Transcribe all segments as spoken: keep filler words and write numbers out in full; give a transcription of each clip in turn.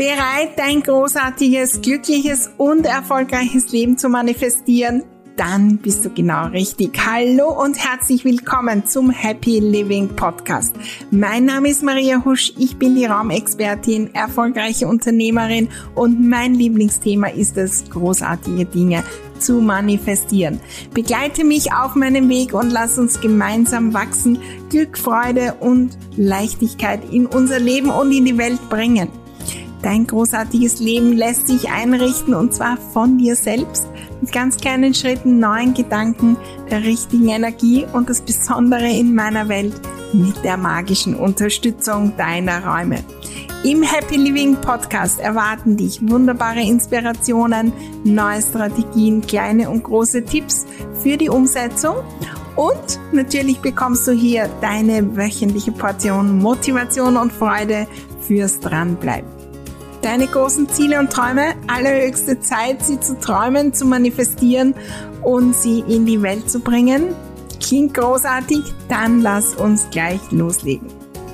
Bereit, dein großartiges, glückliches und erfolgreiches Leben zu manifestieren? Dann bist du genau richtig. Hallo und herzlich willkommen zum Happy Living Podcast. Mein Name ist Maria Husch, ich bin die Raumexpertin, erfolgreiche Unternehmerin und mein Lieblingsthema ist es, großartige Dinge zu manifestieren. Begleite mich auf meinem Weg und lass uns gemeinsam wachsen, Glück, Freude und Leichtigkeit in unser Leben und in die Welt bringen. Dein großartiges Leben lässt sich einrichten und zwar von dir selbst mit ganz kleinen Schritten, neuen Gedanken, der richtigen Energie und das Besondere in meiner Welt mit der magischen Unterstützung deiner Räume. Im Happy Living Podcast erwarten dich wunderbare Inspirationen, neue Strategien, kleine und große Tipps für die Umsetzung und natürlich bekommst du hier deine wöchentliche Portion Motivation und Freude fürs Dranbleiben. Deine großen Ziele und Träume, allerhöchste Zeit, sie zu träumen, zu manifestieren und sie in die Welt zu bringen. Klingt großartig? Dann lass uns gleich loslegen.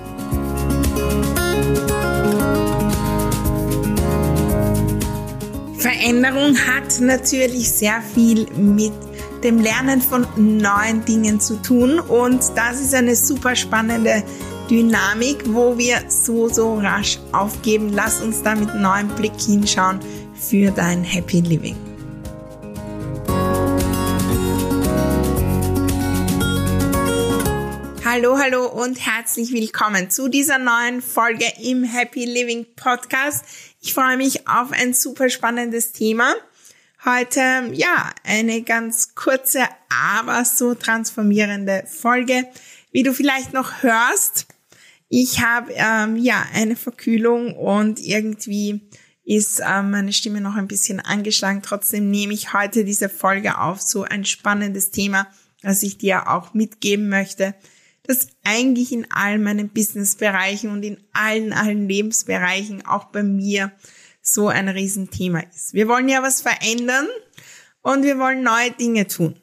Veränderung hat natürlich sehr viel mit dem Lernen von neuen Dingen zu tun und das ist eine super spannende Dynamik, wo wir so, so rasch aufgeben. Lass uns da mit neuem Blick hinschauen für dein Happy Living. Hallo, hallo und herzlich willkommen zu dieser neuen Folge im Happy Living Podcast. Ich freue mich auf ein super spannendes Thema. Heute, ja, eine ganz kurze, aber so transformierende Folge. Wie du vielleicht noch hörst, ich habe ähm, ja eine Verkühlung und irgendwie ist ähm, meine Stimme noch ein bisschen angeschlagen. Trotzdem nehme ich heute diese Folge auf, so ein spannendes Thema, das ich dir auch mitgeben möchte, das eigentlich in allen meinen Businessbereichen und in allen, allen Lebensbereichen auch bei mir so ein Riesenthema ist. Wir wollen ja was verändern und wir wollen neue Dinge tun.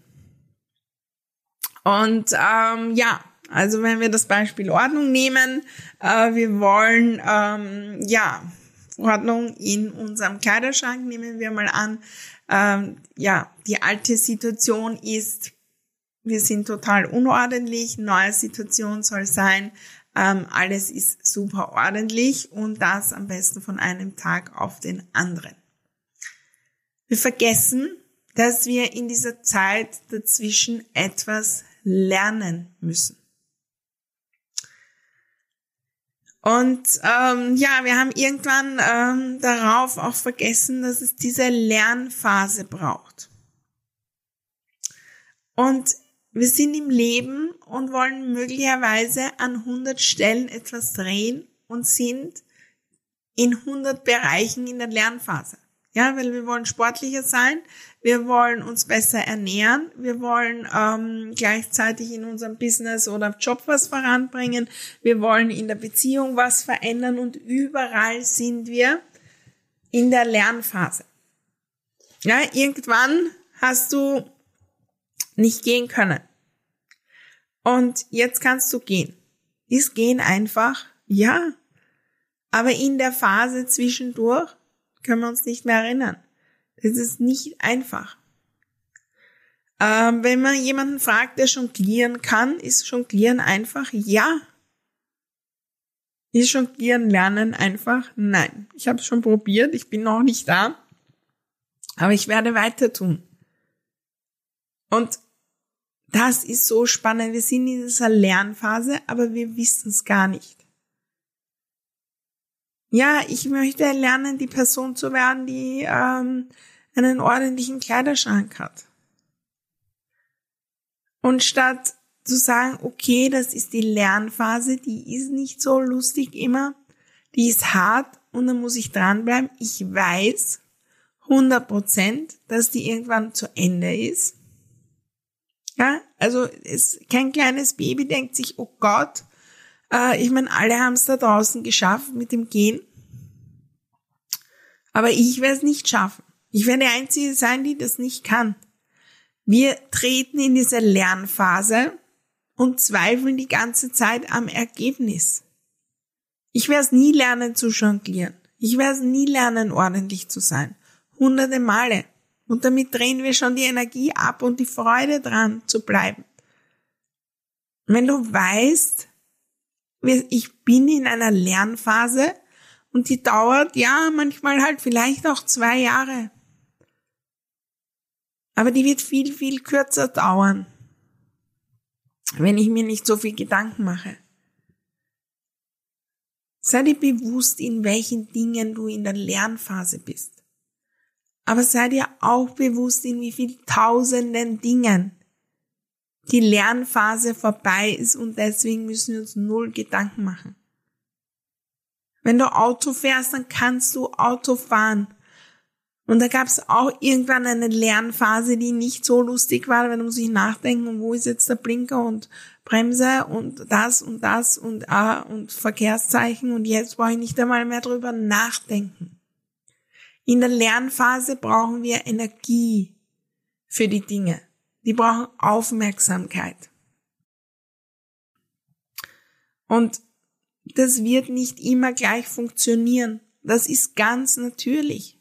Und ähm, ja, also wenn wir das Beispiel Ordnung nehmen, äh, wir wollen ähm, ja Ordnung in unserem Kleiderschrank, nehmen wir mal an. Ähm, ja, die alte Situation ist, wir sind total unordentlich, neue Situation soll sein, ähm, alles ist super ordentlich und das am besten von einem Tag auf den anderen. Wir vergessen, dass wir in dieser Zeit dazwischen etwas lernen müssen. Und ähm, ja, wir haben irgendwann ähm, darauf auch vergessen, dass es diese Lernphase braucht. Und wir sind im Leben und wollen möglicherweise an hundert Stellen etwas drehen und sind in hundert Bereichen in der Lernphase. Ja, weil wir wollen sportlicher sein, wir wollen uns besser ernähren, wir wollen ähm, gleichzeitig in unserem Business oder Job was voranbringen, wir wollen in der Beziehung was verändern und überall sind wir in der Lernphase. Ja, irgendwann hast du nicht gehen können. Und jetzt kannst du gehen. Ist Gehen einfach? Ja. Aber in der Phase zwischendurch können wir uns nicht mehr erinnern. Das ist nicht einfach. Ähm, wenn man jemanden fragt, der jonglieren kann, ist Jonglieren einfach? Ja. Ist Jonglieren lernen einfach? Nein. Ich habe es schon probiert, ich bin noch nicht da. Aber ich werde weiter tun. Und das ist so spannend. Wir sind in dieser Lernphase, aber wir wissen es gar nicht. Ja, ich möchte lernen, die Person zu werden, die ähm, einen ordentlichen Kleiderschrank hat. Und statt zu sagen, okay, das ist die Lernphase, die ist nicht so lustig immer, die ist hart und dann muss ich dranbleiben. Ich weiß hundert Prozent, dass die irgendwann zu Ende ist. Ja, also es, kein kleines Baby denkt sich, oh Gott, äh, ich meine, alle haben es da draußen geschafft mit dem Gehen. Aber ich werde es nicht schaffen. Ich werde die Einzige sein, die das nicht kann. Wir treten in diese Lernphase und zweifeln die ganze Zeit am Ergebnis. Ich werde es nie lernen zu jonglieren. Ich werde es nie lernen, ordentlich zu sein. Hunderte Male. Und damit drehen wir schon die Energie ab und die Freude dran zu bleiben. Wenn du weißt, ich bin in einer Lernphase und die dauert, ja, manchmal halt vielleicht auch zwei Jahre. Aber die wird viel, viel kürzer dauern, wenn ich mir nicht so viel Gedanken mache. Sei dir bewusst, in welchen Dingen du in der Lernphase bist. Aber sei dir auch bewusst, in wie vielen tausenden Dingen die Lernphase vorbei ist und deswegen müssen wir uns null Gedanken machen. Wenn du Auto fährst, dann kannst du Auto fahren. Und da gab es auch irgendwann eine Lernphase, die nicht so lustig war, weil du musst dich nachdenken, wo ist jetzt der Blinker und Bremse und das und das und ah und Verkehrszeichen und jetzt brauche ich nicht einmal mehr drüber nachdenken. In der Lernphase brauchen wir Energie für die Dinge. Die brauchen Aufmerksamkeit. Und das wird nicht immer gleich funktionieren. Das ist ganz natürlich.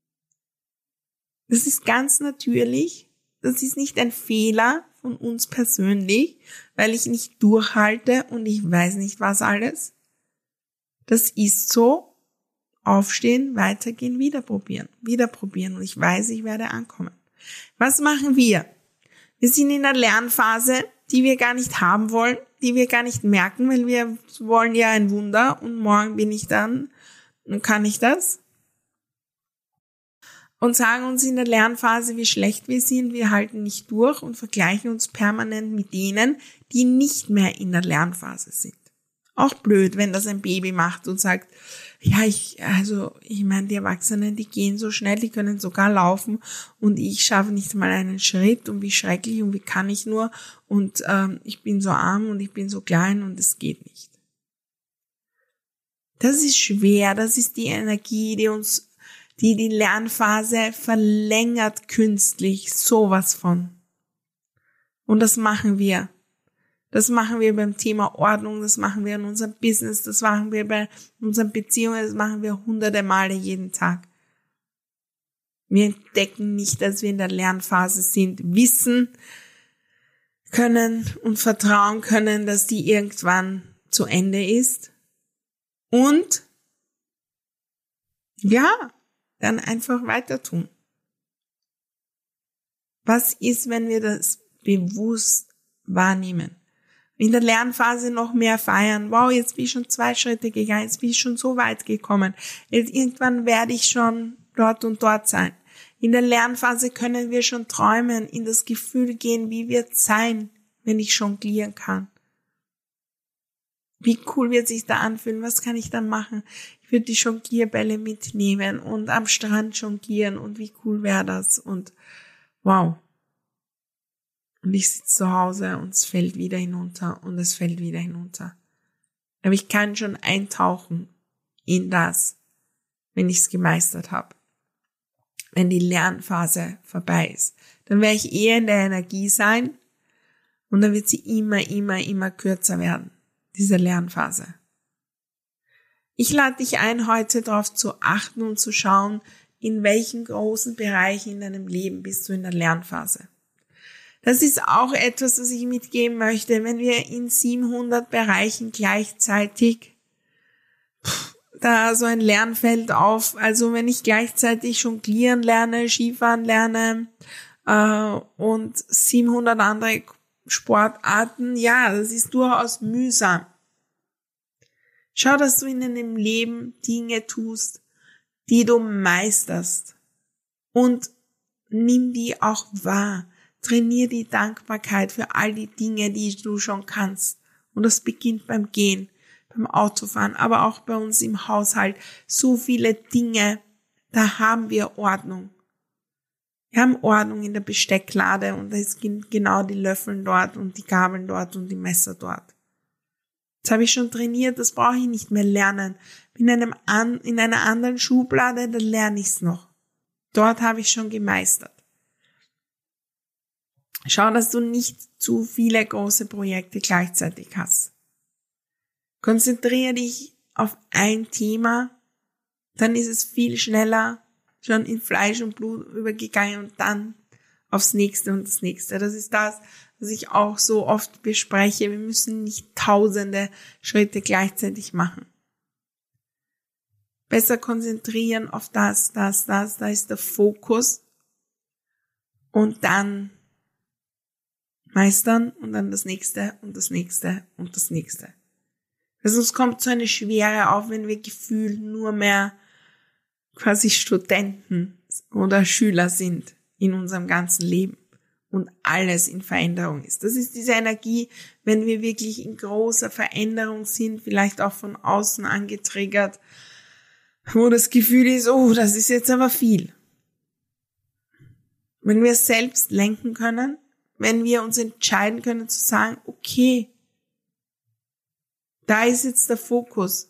Das ist ganz natürlich. Das ist nicht ein Fehler von uns persönlich, weil ich nicht durchhalte und ich weiß nicht was alles. Das ist so. Aufstehen, weitergehen, wieder probieren, wieder probieren und ich weiß, ich werde ankommen. Was machen wir? Wir sind in einer Lernphase, die wir gar nicht haben wollen, die wir gar nicht merken, weil wir wollen ja ein Wunder und morgen bin ich dann und kann ich das. Und sagen uns in der Lernphase, wie schlecht wir sind, wir halten nicht durch und vergleichen uns permanent mit denen, die nicht mehr in der Lernphase sind. Auch blöd, wenn das ein Baby macht und sagt, ja, ich, also, ich meine, die Erwachsenen, die gehen so schnell, die können sogar laufen und ich schaffe nicht mal einen Schritt und wie schrecklich und wie kann ich nur und ähm, ich bin so arm und ich bin so klein und es geht nicht. Das ist schwer, das ist die Energie, die uns, die die Lernphase verlängert künstlich, sowas von. Und das machen wir. Das machen wir beim Thema Ordnung, das machen wir in unserem Business, das machen wir bei unseren Beziehungen, das machen wir hunderte Male jeden Tag. Wir entdecken nicht, dass wir in der Lernphase sind, wissen können und vertrauen können, dass die irgendwann zu Ende ist. Und ja, dann einfach weiter tun. Was ist, wenn wir das bewusst wahrnehmen? In der Lernphase noch mehr feiern. Wow, jetzt bin ich schon zwei Schritte gegangen, jetzt bin ich schon so weit gekommen. Jetzt irgendwann werde ich schon dort und dort sein. In der Lernphase können wir schon träumen, in das Gefühl gehen, wie wird es sein, wenn ich jonglieren kann. Wie cool wird sich da anfühlen, was kann ich dann machen? Ich würde die Jonglierbälle mitnehmen und am Strand jonglieren und wie cool wäre das und wow. Und ich sitze zu Hause und es fällt wieder hinunter und es fällt wieder hinunter. Aber ich kann schon eintauchen in das, wenn ich es gemeistert habe. Wenn die Lernphase vorbei ist. Dann werde ich eher in der Energie sein und dann wird sie immer, immer, immer kürzer werden, diese Lernphase. Ich lade dich ein, heute darauf zu achten und zu schauen, in welchen großen Bereichen in deinem Leben bist du in der Lernphase. Das ist auch etwas, was ich mitgeben möchte, wenn wir in siebenhundert Bereichen gleichzeitig pff, da so ein Lernfeld auf, also wenn ich gleichzeitig jonglieren lerne, Skifahren lerne äh, und siebenhundert andere Sportarten, ja, das ist durchaus mühsam. Schau, dass du in deinem Leben Dinge tust, die du meisterst und nimm die auch wahr. Trainier die Dankbarkeit für all die Dinge, die du schon kannst. Und das beginnt beim Gehen, beim Autofahren, aber auch bei uns im Haushalt. So viele Dinge, da haben wir Ordnung. Wir haben Ordnung in der Bestecklade und es sind genau die Löffel dort und die Gabeln dort und die Messer dort. Das habe ich schon trainiert, das brauche ich nicht mehr lernen. In einem an, in einer anderen Schublade, da lerne ich es noch. Dort habe ich schon gemeistert. Schau, dass du nicht zu viele große Projekte gleichzeitig hast. Konzentriere dich auf ein Thema, dann ist es viel schneller schon in Fleisch und Blut übergegangen und dann aufs nächste und das nächste. Das ist das, was ich auch so oft bespreche. Wir müssen nicht tausende Schritte gleichzeitig machen. Besser konzentrieren auf das, das, das, da ist der Fokus und dann meistern und dann das nächste und das nächste und das nächste. Also es kommt so eine Schwere auf, wenn wir gefühlt nur mehr quasi Studenten oder Schüler sind in unserem ganzen Leben und alles in Veränderung ist. Das ist diese Energie, wenn wir wirklich in großer Veränderung sind, vielleicht auch von außen angetriggert, wo das Gefühl ist, oh, das ist jetzt aber viel. Wenn wir selbst lenken können, wenn wir uns entscheiden können zu sagen, okay, da ist jetzt der Fokus,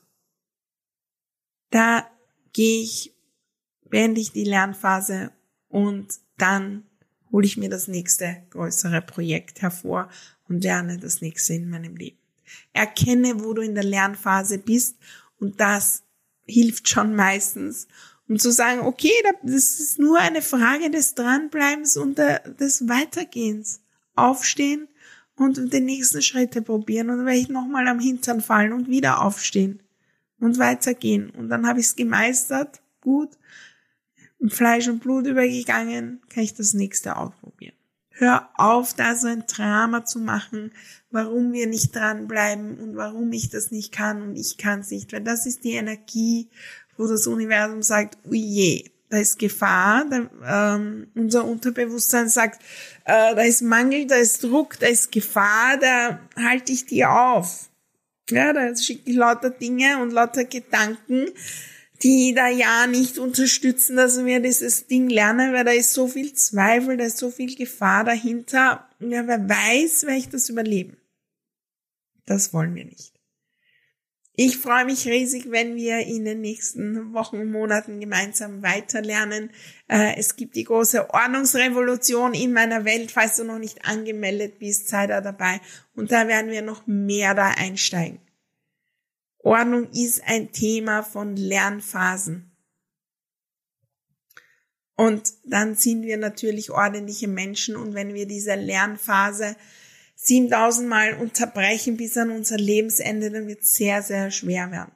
da gehe ich, beende ich die Lernphase und dann hole ich mir das nächste größere Projekt hervor und lerne das nächste in meinem Leben. Erkenne, wo du in der Lernphase bist und das hilft schon meistens, um zu sagen, okay, das ist nur eine Frage des Dranbleibens und des Weitergehens. Aufstehen und den nächsten Schritte probieren und dann werde ich nochmal am Hintern fallen und wieder aufstehen und weitergehen. Und dann habe ich es gemeistert, gut, im Fleisch und Blut übergegangen, kann ich das nächste ausprobieren. Hör auf, da so ein Drama zu machen, warum wir nicht dranbleiben und warum ich das nicht kann und ich kann es nicht. Weil das ist die Energie, wo das Universum sagt, oje, da ist Gefahr. Da, ähm, unser Unterbewusstsein sagt, äh, da ist Mangel, da ist Druck, da ist Gefahr, da halte ich die auf. Ja, da schicke ich lauter Dinge und lauter Gedanken, die da ja nicht unterstützen, dass wir dieses Ding lernen, weil da ist so viel Zweifel, da ist so viel Gefahr dahinter. Ja, wer weiß, werde ich das überleben. Das wollen wir nicht. Ich freue mich riesig, wenn wir in den nächsten Wochen und Monaten gemeinsam weiterlernen. Es gibt die große Ordnungsrevolution in meiner Welt. Falls du noch nicht angemeldet bist, sei da dabei. Und da werden wir noch mehr da einsteigen. Ordnung ist ein Thema von Lernphasen. Und dann sind wir natürlich ordentliche Menschen. Und wenn wir diese Lernphase siebentausend Mal unterbrechen bis an unser Lebensende, dann wird es sehr, sehr schwer werden.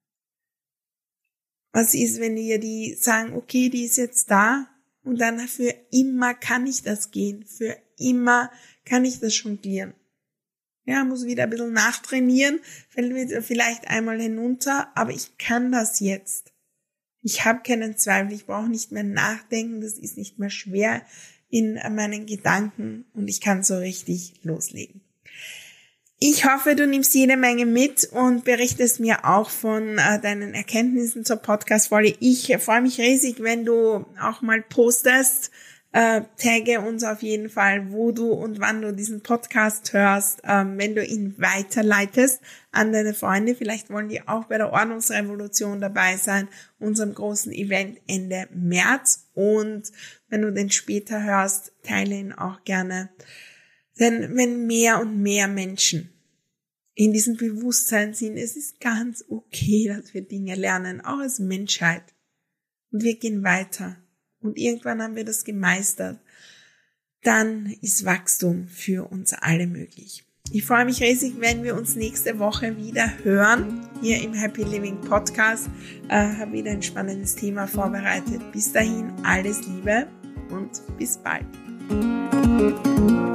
Was ist, wenn wir die sagen, okay, die ist jetzt da und dann für immer kann ich das gehen, für immer kann ich das jonglieren. Ja, muss wieder ein bisschen nachtrainieren, fällt mir vielleicht einmal hinunter, aber ich kann das jetzt. Ich habe keinen Zweifel, ich brauche nicht mehr nachdenken, das ist nicht mehr schwer in meinen Gedanken und ich kann so richtig loslegen. Ich hoffe, du nimmst jede Menge mit und berichtest mir auch von äh, deinen Erkenntnissen zur Podcast-Folge. Ich freue mich riesig, wenn du auch mal postest. Äh, tagge uns auf jeden Fall, wo du und wann du diesen Podcast hörst, ähm, wenn du ihn weiterleitest an deine Freunde. Vielleicht wollen die auch bei der Ordnungsrevolution dabei sein, unserem großen Event Ende März. Und wenn du den später hörst, teile ihn auch gerne. Denn wenn mehr und mehr Menschen in diesem Bewusstsein sind, es ist ganz okay, dass wir Dinge lernen, auch als Menschheit. Und wir gehen weiter. Und irgendwann haben wir das gemeistert. Dann ist Wachstum für uns alle möglich. Ich freue mich riesig, wenn wir uns nächste Woche wieder hören, hier im Happy Living Podcast. Ich äh, habe wieder ein spannendes Thema vorbereitet. Bis dahin, alles Liebe und bis bald.